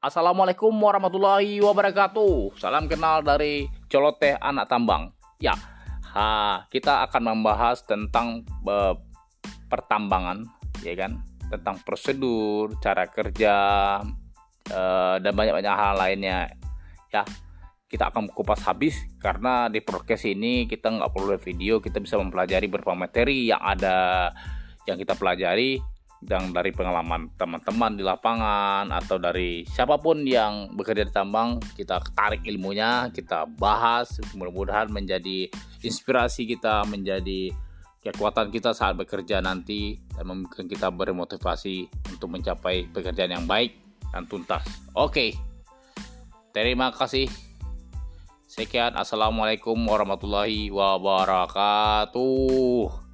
Assalamualaikum warahmatullahi wabarakatuh. Salam kenal dari Coloteh Anak Tambang. Ya, kita akan membahas tentang pertambangan, ya kan? Tentang prosedur, cara kerja, dan banyak-banyak hal lainnya. Ya, kita akan kupas habis karena di podcast ini kita nggak perlu video, kita bisa mempelajari beberapa materi yang kita pelajari yang dari pengalaman teman-teman di lapangan atau dari siapapun yang bekerja di tambang. Kita tarik ilmunya, kita bahas, mudah-mudahan menjadi inspirasi kita, menjadi kekuatan kita saat bekerja nanti, dan membuat kita bermotivasi untuk mencapai pekerjaan yang baik dan tuntas. Oke, terima kasih. Sekian, assalamualaikum warahmatullahi wabarakatuh.